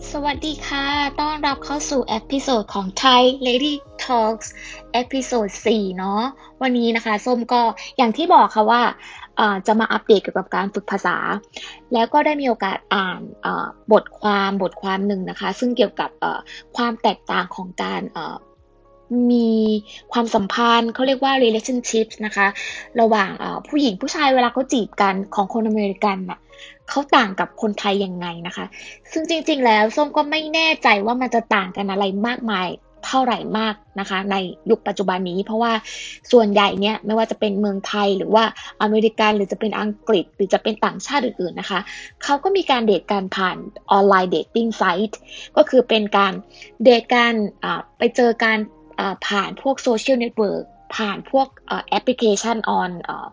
สวัสดีค่ะ ต้อนรับเข้าสู่เอพิโซดของ Thai Lady Talks เอพิโซด4เนาะวันนี้นะคะส้มก็อย่างที่บอกค่ะว่าจะมาอัปเดตเกี่ยวกับการฝึกภาษา แล้วก็ได้มีโอกาสอ่านบทความหนึ่งนะคะซึ่งเกี่ยวกับความแตกต่างของการมีความสัมพันธ์เขาเรียกว่า relationships นะคะระหว่างผู้หญิงผู้ชายเวลาเขาจีบกันของคนอเมริกันน่ะเขาต่างกับคนไทยยังไงนะคะ ซึ่งจริงๆแล้วส้มก็ไม่แน่ใจว่ามันจะต่างกันอะไรมากมายเท่าไหร่มากนะคะในยุคปัจจุบันนี้เพราะว่าส่วนใหญ่เนี่ยไม่ว่าจะเป็นเมืองไทยหรือว่าอเมริกันหรือจะเป็นอังกฤษหรือจะเป็นต่างชาติอื่นๆนะคะเขาก็มีการเดทกันผ่านออนไลน์เดทติ้งไซต์ก็คือเป็นการเดทกันไปเจอกันผ่านพวกโซเชียลเน็ตเวิร์กผ่านพวกแอปพลิเคชันออน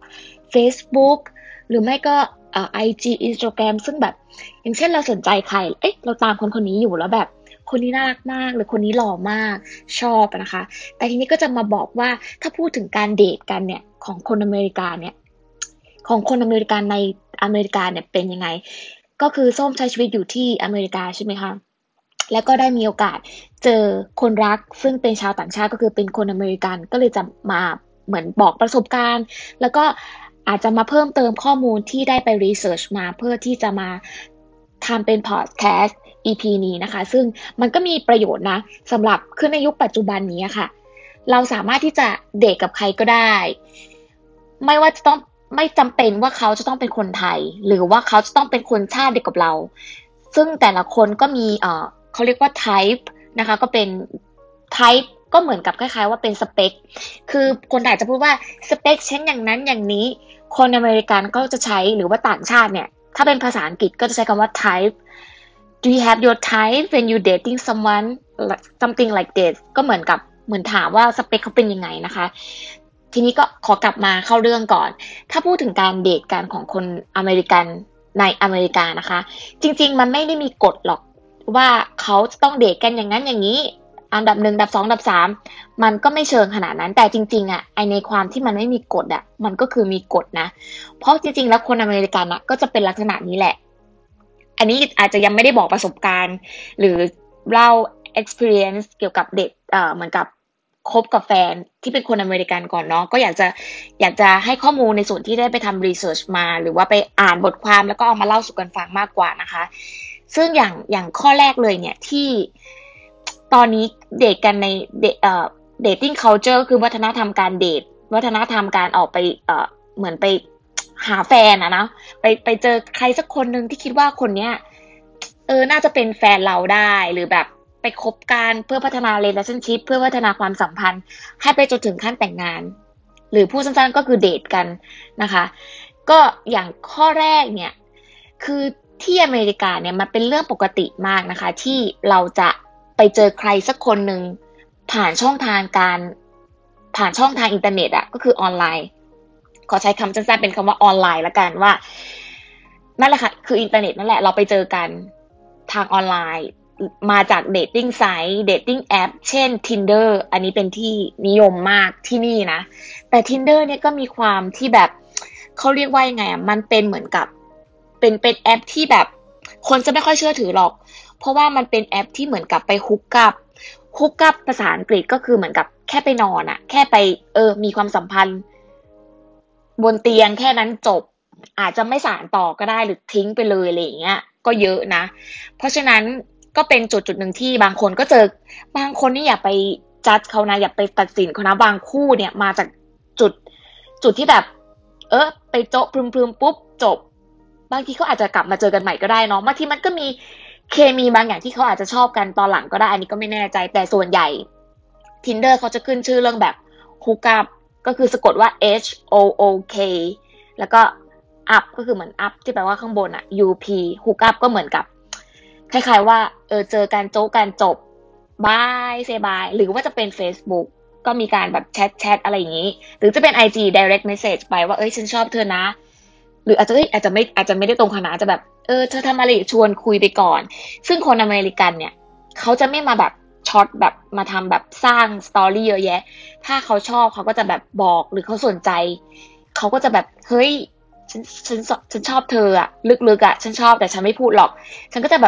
Facebook หรือไม่ก็IG Instagram ซึ่งแบบอย่างเช่นเราสนใจใครเอ๊ะเราตามคนคนนี้อยู่แล้วแบบคนนี้น่ารักมากหรือคนนี้หล่อมากชอบนะคะแต่ทีนี้ก็จะมาบอกว่าถ้าพูดถึงการเดทกันเนี่ยของคนอเมริกาเนี่ยของคนอเมริกันในอเมริกาเนี่ยเป็นยังไงก็คือส้มใช้ชีวิตอยู่ที่อเมริกาใช่ไหมคะแล้วก็ได้มีโอกาสเจอคนรักซึ่งเป็นชาวต่างชาติก็คือเป็นคนอเมริกันก็เลยจะมาเหมือนบอกประสบการณ์แล้วก็อาจจะมาเพิ่มเติมข้อมูลที่ได้ไปรีเสิร์ชมาเพื่อที่จะมาทำเป็นพอดแคสต์ EP นี้นะคะซึ่งมันก็มีประโยชน์นะสำหรับคือในยุคปัจจุบันนี้ค่ะเราสามารถที่จะเดทกับใครก็ได้ไม่ว่าจะต้องไม่จำเป็นว่าเขาจะต้องเป็นคนไทยหรือว่าเขาจะต้องเป็นคนชาติเดียวกับเราซึ่งแต่ละคนก็มีเขาเรียกว่า type นะคะก็เป็น type ก็เหมือนกับคล้ายๆว่าเป็นสเปคคือคนไทยจะพูดว่าสเปคฉันอย่างนั้นอย่างนี้คนอเมริกันก็จะใช้หรือว่าต่างชาติเนี่ยถ้าเป็นภาษาอังกฤษก็จะใช้คำว่า type do you have your type when you dating someone something like this ก็เหมือนถามว่าสเปคเขาเป็นยังไงนะคะทีนี้ก็ขอกลับมาเข้าเรื่องก่อนถ้าพูดถึงการเดทกันของคนอเมริกันในอเมริกานะคะจริงๆมันไม่ได้มีกฎหรอกว่าเขาจะต้องเดทกันอย่างนั้นอย่างนี้อันดับหนึ่งอันดับสองอันดับสามมันก็ไม่เชิงขนาดนั้นแต่จริงๆอ่ะไอในความที่มันไม่มีกฎอ่ะมันก็คือมีกฎนะเพราะจริงๆแล้วคนอเมริกันอ่ะก็จะเป็นลักษณะนี้แหละ อันนี้อาจจะยังไม่ได้บอกประสบการณ์หรือเล่า experience เกี่ยวกับเด็กเหมือนกับคบกับแฟนที่เป็นคนอเมริกันก่อนเนาะก็อยากจะให้ข้อมูลในส่วนที่ได้ไปทำรีเสิร์ชมาหรือว่าไปอ่านบทความแล้วก็เอามาเล่าสู่กันฟังมากกว่านะคะซึ่งอย่างข้อแรกเลยเนี่ยที่ตอนนี้เดทกันในเดทdating culture คือวัฒนธรรมการเดทวัฒนธรรมการออกไปเหมือนไปหาแฟนอะนะ ไปเจอใครสักคนหนึ่งที่คิดว่าคนเนี้ยน่าจะเป็นแฟนเราได้หรือแบบไปคบกันเพื่อพัฒนา relationship เพื่อพัฒนาความสัมพันธ์ให้ไปจนถึงขั้นแต่งงานหรือพูดสั้นๆก็คือเดทกันนะคะก็อย่างข้อแรกเนี่ยคือที่อเมริกาเนี่ยมันเป็นเรื่องปกติมากนะคะที่เราจะไปเจอใครสักคนหนึ่งผ่านช่องทางการผ่านช่องทางอินเทอร์เน็ตอะก็คือออนไลน์ ขอใช้คำสั้นๆเป็นคำว่าออนไลน์ละกันว่านั่นแหละค่ะคืออินเทอร์เน็ตนั่นแหละเราไปเจอกันทางออนไลน์มาจากเดทติ้งไซต์เดทติ้งแอปเช่น Tinder อันนี้เป็นที่นิยมมากที่นี่นะแต่ Tinder เนี่ยก็มีความที่แบบเขาเรียกว่ายังไงอ่ะมันเป็นเหมือนกับเป็นแอปที่แบบคนจะไม่ค่อยเชื่อถือหรอกเพราะว่ามันเป็นแอปที่เหมือนกับไปฮุกกับภาษาอังกฤษก็คือเหมือนกับแค่ไปนอนอะแค่ไปมีความสัมพันธ์ บนเตียงแค่นั้นจบอาจจะไม่สานต่อก็ได้หรือทิ้งไปเลยอะไรอย่างเงี้ยก็เยอะนะเพราะฉะนั้นก็เป็นจุดหนึ่งที่บางคนก็เจอบางคนนี่อย่าไปจัดเขานะอย่าไปตัดสินเขานะบางคู่เนี่ยมาจากจุดจุดที่แบบไปโจ๊ะพรึมๆปุ๊บจบบางทีเขาอาจจะกลับมาเจอกันใหม่ก็ได้เนาะบางทีมันก็มีเคมีบางอย่างที่เขาอาจจะชอบกันตอนหลังก็ได้อันนี้ก็ไม่แน่ใจแต่ส่วนใหญ่ Tinder เขาจะขึ้นชื่อเรื่องแบบ hook up ก็คือสะกดว่า H O O K แล้วก็ up ก็คือเหมือน up ที่แปลว่าข้างบนอะ U P hook up ก็เหมือนกับคล้ายๆว่าเจอกันโจ๊กกันจบบายเซบายหรือว่าจะเป็น Facebook ก็มีการแบบแชทอะไรอย่างนี้หรือจะเป็น IG direct message ไปว่าฉันชอบเธอนะหรืออาจจะไม่ได้ตรงขนาดอาจจะแบบเธอทำอะไรชวนคุยไปก่อนซึ่งคนอเมริกันเนี่ยเขาจะไม่มาแบบช็อตแบบมาทำแบบสร้างสตอรี่เยอะแยะถ้าเขาชอบเขาก็จะแบบบอกหรือเขาสนใจเขาก็จะแบบเฮ้ยฉันชอบเธออะลึกๆอะฉันชอบแต่ฉันไม่พูดหรอกฉันก็จะแบบ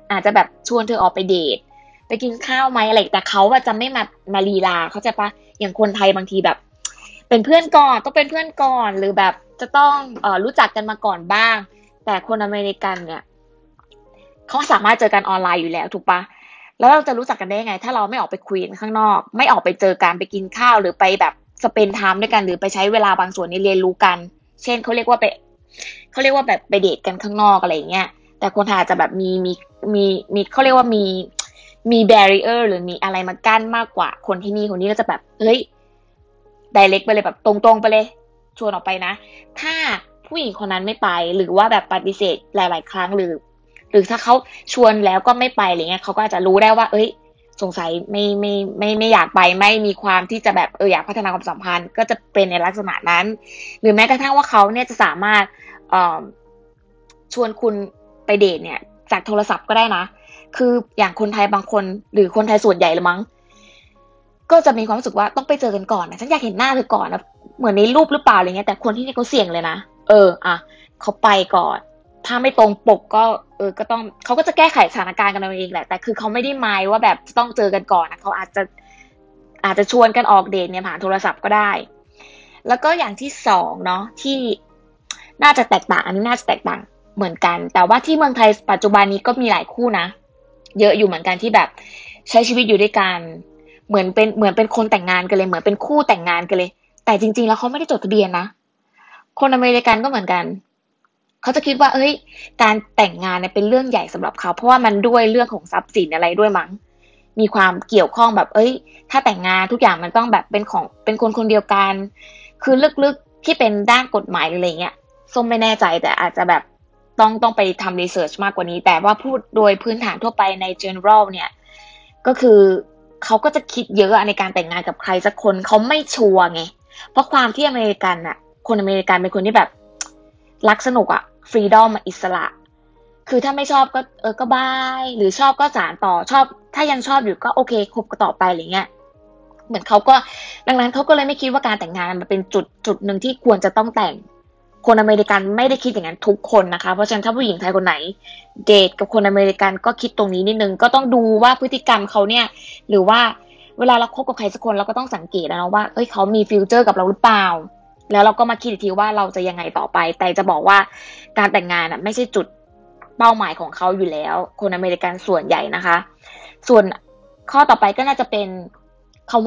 อาจจะแบบชวนเธอออกไปเดทไปกินข้าวไหมอะไรแต่เขาอะจะไม่มาลีลาเขาใจปะอย่างคนไทยบางทีแบบเป็นเพื่อนก่อนต้องเป็นเพื่อนก่อนหรือแบบจะต้องรู้จักกันมาก่อนบ้างแต่คนอเมริกันเนี่ยเขาสามารถเจอกันออนไลน์อยู่แล้วถูกปะแล้วเราจะรู้จักกันได้ยังไงถ้าเราไม่ออกไปคุยกันข้างนอกไม่ออกไปเจอกันไปกินข้าวหรือไปแบบสเปนไทม์ด้วยกันหรือไปใช้เวลาบางส่วนนี้เรียนรู้กันเช่นเขาเรียกว่าแบบไปเดทกันข้างนอกอะไรอย่างเงี้ยแต่คนไทยอาจจะแบบมีเขาเรียกว่ามี barrier หรือมีอะไรมากั้นมากกว่าคนที่นี่คนนี้ก็จะแบบเฮ้ย direct ไปเลยแบบตรงๆไปเลยชวนออกไปนะถ้าผู้หญิงคนนั้นไม่ไปหรือว่าแบบปฏิเสธหลายๆครั้งหรือถ้าเขาชวนแล้วก็ไม่ไปอะไรเงี้ยเขาก็อาจจะรู้ได้ว่าเอ้ยสงสัยไม่อยากไปไม่มีความที่จะแบบอยากพัฒนาความสัมพันธ์ก็จะเป็นในลักษณะนั้นหรือแม้กระทั่งว่าเขาเนี่ยจะสามารถเอ่อชวนคุณไปเดทเนี่ยจากโทรศัพท์ก็ได้นะคืออย่างคนไทยบางคนหรือคนไทยส่วนใหญ่ละมั้งก็จะมีความรู้สึกว่าต้องไปเจอกันก่อนนะฉันอยากเห็นหน้าเธอก่อนนะเหมือนในรูปหรือเปล่าอะไรเงี้ยแต่คนที่นี่เขาเสี่ยงเลยนะเขาไปก่อนถ้าไม่ตรงปกก็ก็ต้องเขาก็จะแก้ไขสถานการณ์กันเอาเองแหละแต่คือเขาไม่ได้หมายว่าแบบจะต้องเจอกันก่อนนะเขาอาจจะชวนกันออกเดทเนี่ยผ่านโทรศัพท์ก็ได้แล้วก็อย่างที่สองเนาะที่น่าจะแตกต่างอันนี้น่าจะแตกต่างเหมือนกันแต่ว่าที่เมืองไทยปัจจุบันนี้ก็มีหลายคู่นะเยอะอยู่เหมือนกันที่แบบใช้ชีวิตอยู่ด้วยกันเหมือนเป็นคนแต่งงานกันเลยเหมือนเป็นคู่แต่งงานกันเลยแต่จริงๆแล้วเขาไม่ได้จดทะเบียนนะคนอเมริกันก็เหมือนกันเขาจะคิดว่าเอ้ยการแต่งงานเนี่ยเป็นเรื่องใหญ่สำหรับเขาเพราะว่ามันด้วยเรื่องของทรัพย์สินอะไรด้วยมั้งมีความเกี่ยวข้องแบบเอ้ยถ้าแต่งงานทุกอย่างมันต้องแบบเป็นคนคนเดียวกันคือลึกๆที่เป็นด้านกฎหมายอะไรเงี้ยส้มไม่แน่ใจแต่อาจจะแบบต้องไปทำรีเสิร์ชมากกว่านี้แต่ว่าพูดโดยพื้นฐานทั่วไปใน general เนี่ยก็คือเขาก็จะคิดเยอะในการแต่งงานกับใครสักคนเขาไม่ชัวร์ไงเพราะความที่อเมริกันน่ะคนอเมริกันเป็นคนที่แบบรักสนุกอะฟรีดอมอิสระคือถ้าไม่ชอบก็ก็บายหรือชอบก็สานต่อชอบถ้ายังชอบอยู่ก็โอเคคบกันต่อไปอะไรเงี้ยเหมือนเขาก็ดังนั้นเขาก็เลยไม่คิดว่าการแต่งงานมันเป็นจุดหนึ่งที่ควรจะต้องแต่งคนอเมริกันไม่ได้คิดอย่างนั้นทุกคนนะคะเพราะฉะนั้นถ้าผู้หญิงไทยคนไหนเดทกับคนอเมริกันก็คิดตรงนี้นิดนึงก็ต้องดูว่าพฤติกรรมเขาเนี่ยหรือว่าเวลาเราคบกับใครสักคนเราก็ต้องสังเกตนะว่าเอ้ยเขามีฟิวเจอร์กับเราหรือเปล่าแล้วเราก็มาคิดอีกทีว่าเราจะยังไงต่อไปแต่จะบอกว่าการแต่งงานอ่ะไม่ใช่จุดเป้าหมายของเขาอยู่แล้วคนอเมริกันส่วนใหญ่นะคะส่วนข้อต่อไปก็น่าจะเป็นคำว่า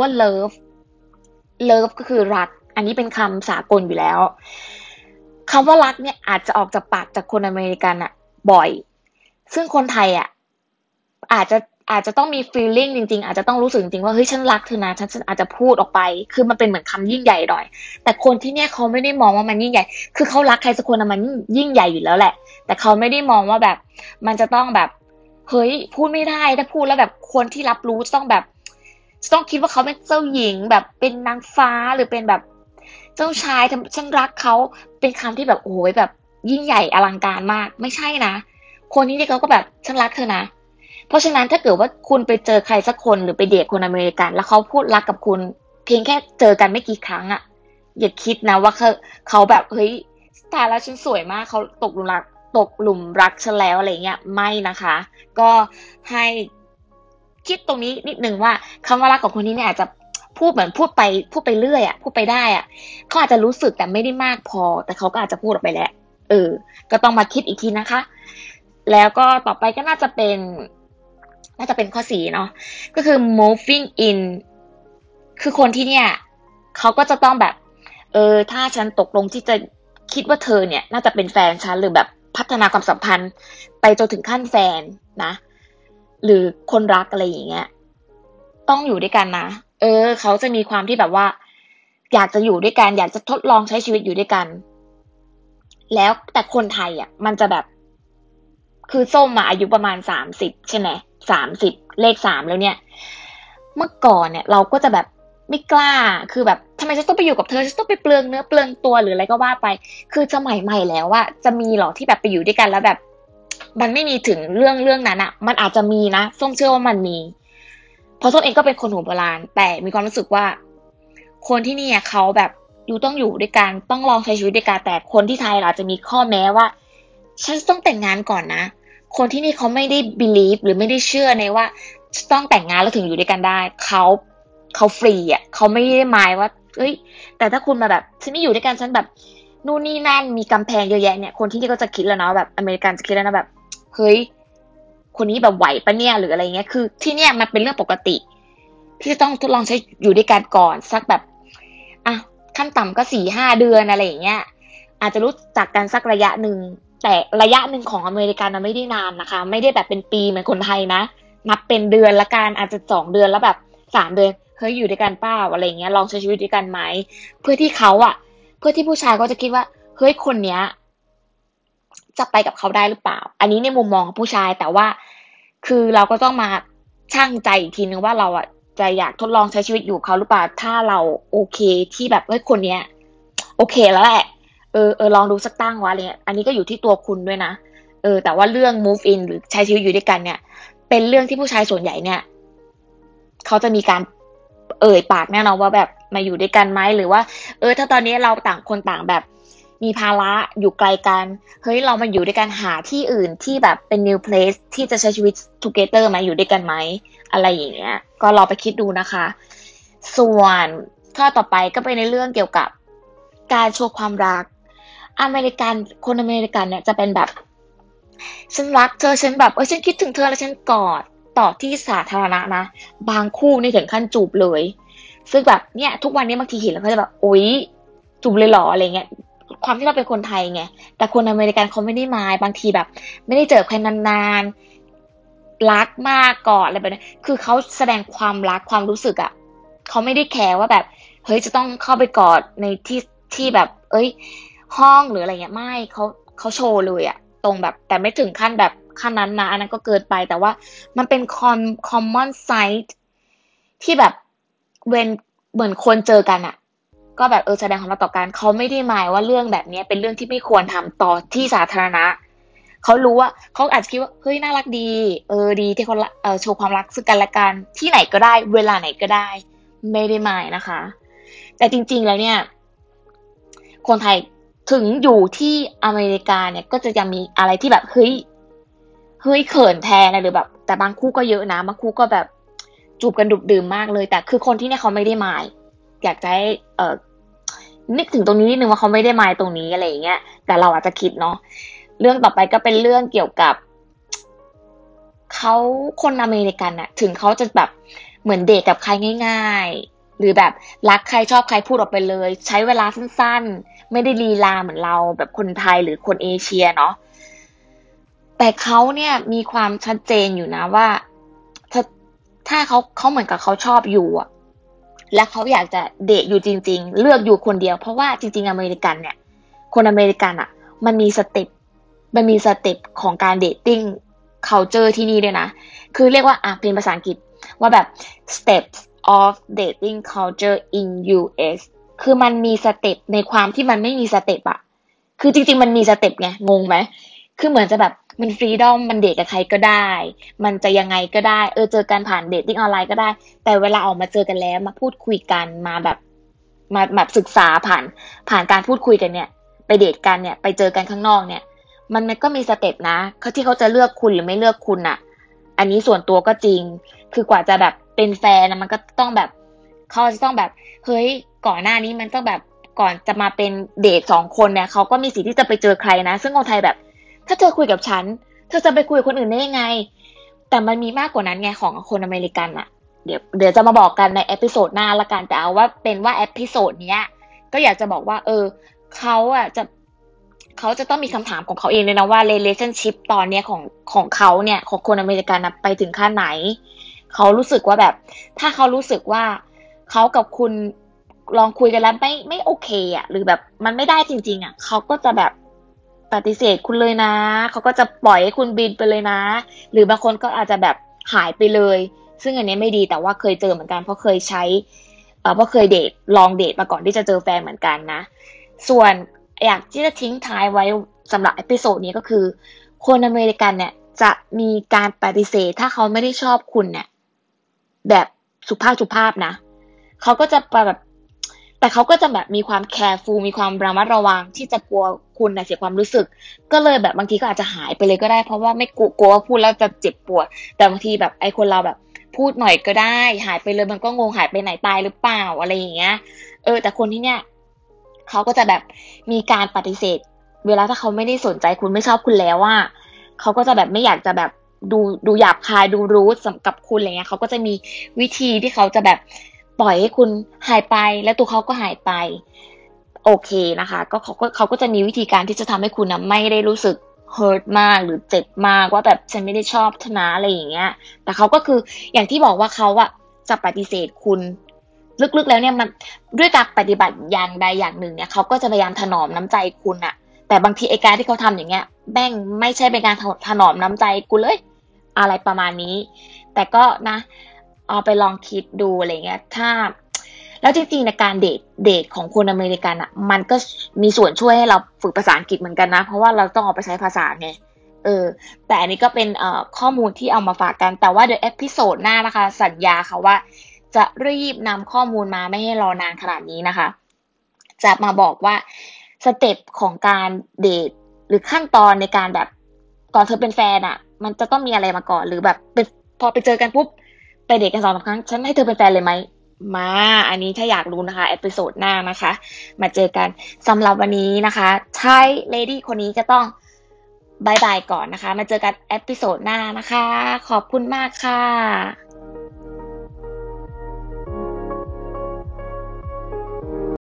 love ก็คือรักอันนี้เป็นคำสากลอยู่แล้วคำว่ารักเนี่ยอาจจะออกจากปากจากคนอเมริกันอะบ่อยซึ่งคนไทยอะอาจจะอาจจะต้องมี feeling จริงๆอาจจะต้องรู้สึกจริงๆว่าเฮ้ยฉันรักเธอนะฉันอาจจะพูดออกไปคือมันเป็นเหมือนคำยิ่งใหญ่หน่อยแต่คนที่เนี่ยเขาไม่ได้มองว่ามันยิ่งใหญ่คือเขารักใครสักคนนะมันยิ่งใหญ่อยู่แล้วแหละแต่เขาไม่ได้มองว่าแบบมันจะต้องแบบเฮ้ยพูดไม่ได้ถ้าพูดแล้วแบบคนที่รับรู้จะต้องแบบจะต้องคิดว่าเขาเป็นเจ้าหญิงแบบเป็นนางฟ้าหรือเป็นแบบเจ้าชายฉันรักเขาเป็นคำที่แบบโอ้ยแบบยิ่งใหญ่อลังการมากไม่ใช่นะคนที่นี่เขาก็แบบฉันรักเธอนะ เพราะฉะนั้นถ้าเกิดว่าคุณไปเจอใครสักคนหรือไปเดทคนอเมริกันแล้วเขาพูดรักกับคุณเพียงแค่เจอกันไม่กี่ครั้งอะอย่าคิดนะว่าเขาแบบเฮ้ยตายแล้วฉันสวยมากเขาตกหลุมรักฉันแล้วอะไรเงี้ยไม่นะคะก็ให้คิดตรงนี้นิดนึงว่าคำว่ารักของคนนี้เนี่ยอาจจะพูดไปเรื่อยอะพูดไปได้อะเขาอาจจะรู้สึกแต่ไม่ได้มากพอแต่เขาก็อาจจะพูดออกไปแล้วเออก็ต้องมาคิดอีกทีนะคะ แล้วก็ต่อไปก็น่าจะเป็นข้อสี่เนาะก็คือ moving in คือคนที่เนี่ยเขาก็จะต้องแบบถ้าฉันตกลงที่จะคิดว่าเธอเนี่ยน่าจะเป็นแฟนฉันหรือแบบพัฒนาความสัมพันธ์ไปจนถึงขั้นแฟนนะหรือคนรักอะไรอย่างเงี้ยต้องอยู่ด้วยกันนะเขาจะมีความที่แบบว่าอยากจะอยู่ด้วยกันอยากจะทดลองใช้ชีวิตอยู่ด้วยกัน แล้วแต่คนไทยอ่ะมันจะแบบคือส้มมาอายุประมาณ30ใช่ไหม30เลข 3แล้วเนี่ยเมื่อก่อนเนี่ยเราก็จะแบบไม่กล้าคือแบบทำไมฉันต้องไปอยู่กับเธอฉันต้องไปเปลืองเนื้อเปลืองตัวหรืออะไรก็ว่าไปคือสมัยใหม่แล้วอะจะมีหรอที่แบบไปอยู่ด้วยกันแล้วแบบมันไม่มีถึงเรื่องนั้นอะมันอาจจะมีนะส้มเชื่อว่ามันมีเพราะส้มเองก็เป็นคนหัวโบราณแต่มีความรู้สึกว่าคนที่นี่เขาแบบอยู่ต้องอยู่ด้วยกันต้องลองใช้ชีวิตด้วยกันแต่คนที่ไทยเราอาจจะมีข้อแม้ว่าฉันต้องแต่งงานก่อนนะคนที่นี่เขาไม่ได้ believe หรือไม่ได้เชื่อในว่าต้องแต่งงานแล้วถึงอยู่ด้วยกันได้เขาฟรีอ่ะเขาไม่ได้หมายว่าเอ้ยแต่ถ้าคุณมาแบบฉันไม่อยู่ด้วยกันฉันแบบนู่นนี่นั่นมีกำแพงเยอะแยะเนี่ยคนที่นี่ก็จะคิดแล้วนะแบบอเมริกันจะคิดแล้วนะแบบเฮ้ยคนนี้แบบไหวปะเนี่ยหรืออะไรเงี้ยคือที่เนี่ยมันเป็นเรื่องปกติที่จะต้องทดลองใช้อยู่ด้วยกันก่อนสักแบบอ่ะขั้นต่ำก็4-5 เดือนอะไรอย่างเงี้ยอาจจะรู้จักกันสักระยะหนึ่งแต่ระยะหนึ่งของอเมริกันนะไม่ได้นานนะคะไม่ได้แบบเป็นปีเหมือนคนไทยนะนับเป็นเดือนละกันอาจจะ2 เดือนแล้วแบบ3 เดือนเฮ้ยอยู่ด้วยกันเปล่าอะไรเงี้ยลองใช้ชีวิตด้วยกันไหมเพื่อที่เขาอะเพื่อที่ผู้ชายก็จะคิดว่าเฮ้ยคนเนี้ย จะไปกับเขาได้หรือเปล่า อันนี้ในมุมมองของผู้ชายแต่ว่าคือเราก็ต้องมาชั่งใจอีกทีนึงว่าเราอ่ะจะอยากทดลองใช้ชีวิตอยู่เขาหรือเปล่าถ้าเราโอเคที่แบบเฮ้ยคนเนี้ยโอเคแล้วแหละลองดูสักตั้งวะอะไรเงี้ยอันนี้ก็อยู่ที่ตัวคุณด้วยนะแต่ว่าเรื่อง move in หรือใช้ชีวิตอยู่ด้วยกันเนี่ยเป็นเรื่องที่ผู้ชายส่วนใหญ่เนี่ยเขาจะมีการปากแน่นอนว่าแบบมาอยู่ด้วยกันไหมหรือว่าถ้าตอนนี้เราต่างคนต่างแบบมีภาระอยู่ไกลกันเฮ้ยเรามาอยู่ด้วยกันหาที่อื่นที่แบบเป็น new place ที่จะใช้ชีวิต together ไหมอยู่ด้วยกันไหมอะไรอย่างเงี้ยก็ลองไปคิดดูนะคะส่วนข้อต่อไปก็เป็นในเรื่องเกี่ยวกับการโชว์ความรักอเมริกันคนอเมริกันเนี่ยจะเป็นแบบฉันรักเธอฉันแบบฉันคิดถึงเธอแล้วฉันกอดต่อที่สาธารณะนะบางคู่นี่ถึงขั้นจูบเลยซึ่งแบบเนี่ยทุกวันนี้บางทีเห็นแล้วก็จะแบบโอ๊ยจูบเลยเหรออะไรเงี้ยความที่เราเป็นคนไทยไงแต่คนอเมริกันเขาไม่ได้มายบางทีแบบไม่ได้เจอใครนานๆรักมากกอดอะไรแบบนี้คือเขาแสดงความรักความรู้สึกอ่ะเขาไม่ได้แคร์ว่าแบบเฮ้ยจะต้องเข้าไปกอดในที่แบบห้องหรืออะไรเงี้ยไม่เขาโชว์เลยอะตรงแบบแต่ไม่ถึงขั้นแบบขั้นนั้นนะอันนั้นก็เกินไปแต่ว่ามันเป็นcommon sight ที่แบบเวนเหมือนคนเจอกันอะก็แบบแสดงความรักต่อกันเขาไม่ได้หมายว่าเรื่องแบบนี้เป็นเรื่องที่ไม่ควรทำต่อที่สาธารณะเขารู้ว่าเขาอาจจะคิดว่าเฮ้ยน่ารักดีดีที่คนโชว์ความรักซึ่งกันและกันที่ไหนก็ได้เวลาไหนก็ได้ไม่ได้หมายนะคะแต่จริงๆแล้วเนี่ย คนไทยถึงอยู่ที่อเมริกาเนี่ยก็จะยังมีอะไรที่แบบเฮ้ยเขินแทนนะหรือแบบแต่บางคู่ก็เยอะนะบางคู่ก็แบบจูบกันดุดื่มมากเลยแต่คือคนที่เนี่ยเขาไม่ได้มายอยากจะให้นึกถึงตรงนี้นิดนึงว่าเขาไม่ได้มายตรงนี้อะไรอย่างเงี้ยแต่เราอาจจะคิดเนาะเรื่องต่อไปก็เป็นเรื่องเกี่ยวกับ เขาคนอเมริกันน่ะถึงเขาจะแบบเหมือนเดทกับใครง่ายๆหรือแบบรักใครชอบใครพูดออกไปเลยใช้เวลาสั้นๆไม่ได้ลีลาเหมือนเราแบบคนไทยหรือคนเอเชียเนาะแต่เขาเนี่ยมีความชัดเจนอยู่นะว่าถ้าถ้าเขาเหมือนกับเขาชอบอยู่อะและเขาอยากจะเดทอยู่จริงๆเลือกอยู่คนเดียวเพราะว่าจริงๆอเมริกันเนี่ยคนอเมริกันอะมันมีสเต็ปมันมีสเต็ปของการเดทติ้ง culture ที่นี่ด้วยนะ คือเรียกว่าเป็นภาษาอังกฤษว่าแบบ steps of dating culture in US คือมันมีสเต็ปในความที่มันไม่มีสเต็ปอะคือจริงๆมันมีสเต็ปไงงงไหมคือเหมือนจะแบบมันฟรีดอมมันเดทกับใครก็ได้มันจะยังไงก็ได้เจอกันผ่านเดทติ้งออนไลน์ก็ได้แต่เวลาออกมาเจอกันแล้วมาพูดคุยกันมาแบบมาแบบศึกษาผ่านการพูดคุยกันเนี่ยไปเดทกันเนี่ยไปเจอกันข้างนอกเนี่ยมันก็มีสเต็ปนะเขาที่เขาจะเลือกคุณหรือไม่เลือกคุณอะ อันนี้ส่วนตัวก็จริง คือกว่าจะแบบเป็นแฟนนะมันก็ต้องแบบเขาจะต้องแบบเฮ้ยก่อนหน้านี้มันต้องแบบก่อนจะมาเป็นเดท2 คนเนี่ยเขาก็มีสิทธิ์ที่จะไปเจอใครนะซึ่งคนไทยแบบถ้าเธอคุยกับฉันเธอจะไปคุยกับคนอื่นได้ยังไงแต่มันมีมากกว่านั้นไงของคนอเมริกันอะเดี๋ยวจะมาบอกกันในเอพิโซดหน้าละกันแต่เอาว่าเป็นว่าเอพิโซดเนี้ยก็อยากจะบอกว่าเขาอะเขาจะต้องมีคำถามของเขาเองเลยนะว่า relationship ตอนเนี้ยของเขาเนี่ยของคนอเมริกันนะไปถึงขั้นไหนเขารู้สึกว่าแบบถ้าเขารู้สึกว่าเขากับคุณลองคุยกันแล้วไม่โอเคอ่ะหรือแบบมันไม่ได้จริงๆอ่ะเขาก็จะแบบปฏิเสธคุณเลยนะเขาก็จะปล่อยให้คุณบินไปเลยนะหรือบางคนก็อาจจะแบบหายไปเลยซึ่งอันนี้ไม่ดีแต่ว่าเคยเจอเหมือนกันเพราะเคยใช้เพราะเคยลองเดทมาก่อนที่จะเจอแฟนเหมือนกันนะ ส่วนอยากที่จะทิ้งท้ายไว้สำหรับเอพิโซดนี้ก็คือคนอเมริกันเนี่ยจะมีการปฏิเสธถ้าเขาไม่ได้ชอบคุณเนี่ยแบบสุภาพนะเขาก็จะแบบแต่เขาก็จะแบบมีความ careful มีความระมัดระวังที่จะกลัวคุณน่ะเสียความรู้สึกก็เลยแบบบางทีก็อาจจะหายไปเลยก็ได้เพราะว่าไม่กลัวว่าพูดแล้วจะเจ็บปวดแต่บางทีแบบไอ้คนเราแบบพูดหน่อยก็ได้หายไปเลยมันก็งงหายไปไหนตายหรือเปล่าอะไรอย่างเงี้ยแต่คนที่เนี่ยเขาก็จะแบบมีการปฏิเสธเวลาถ้าเขาไม่ได้สนใจคุณไม่ชอบคุณแล้วอะเขาก็จะแบบไม่อยากจะแบบดูหยาบคายดูรูทกับคุณอะไรเงี้ยเขาก็จะมีวิธีที่เขาจะแบบปล่อยให้คุณหายไปแล้วตัวเขาก็หายไปโอเคนะคะก็เขาก็จะมีวิธีการที่จะทำให้คุณนะไม่ได้รู้สึก hurt มากหรือเจ็บมากว่าแบบฉันไม่ได้ชอบเธอนะอะไรอย่างเงี้ยแต่เขาก็คืออย่างที่บอกว่าเขาอะจะปฏิเสธคุณลึกๆแล้วเนี่ยมันด้วยการปฏิบัติอย่างใดอย่างหนึ่งเนี่ยเขาก็จะพยายามถนอมน้ำใจคุณอะแต่บางทีไอ้การที่เขาทำอย่างเงี้ยแม่งไม่ใช่เป็นการถนอมน้ำใจกูเลยอะไรประมาณนี้แต่ก็นะเอาไปลองคิดดูอะไรเงี้ยถ้าแล้วจริงๆในการเดทของคนอเมริกันอ่ะมันก็มีส่วนช่วยให้เราฝึกภาษาอังกฤษเหมือนกันนะเพราะว่าเราต้องเอาไปใช้ภาษาไงเออแต่อันนี้ก็เป็นข้อมูลที่เอามาฝากกันแต่ว่าเดี๋ยวเอพิโซดหน้านะคะสัญญาค่ะว่าจะรีบนำข้อมูลมาไม่ให้รอนานขนาดนี้นะคะจะมาบอกว่าสเต็ปของการเดทหรือขั้นตอนในการแบบก่อนเธอเป็นแฟนอ่ะมันจะต้องมีอะไรมาก่อนหรือแบบเป็นพอไปเจอกันปุ๊บไปเดทกัน2-3 ครั้งฉันให้เธอเป็นแฟนเลยไหมมาอันนี้ถ้าอยากรู้นะคะเอพิโซดหน้านะคะมาเจอกันสำหรับวันนี้นะคะใช่เลดี้คนนี้จะต้องบายบายก่อนนะคะมาเจอกันเอพิโซดหน้านะคะขอบคุณมากค่ะ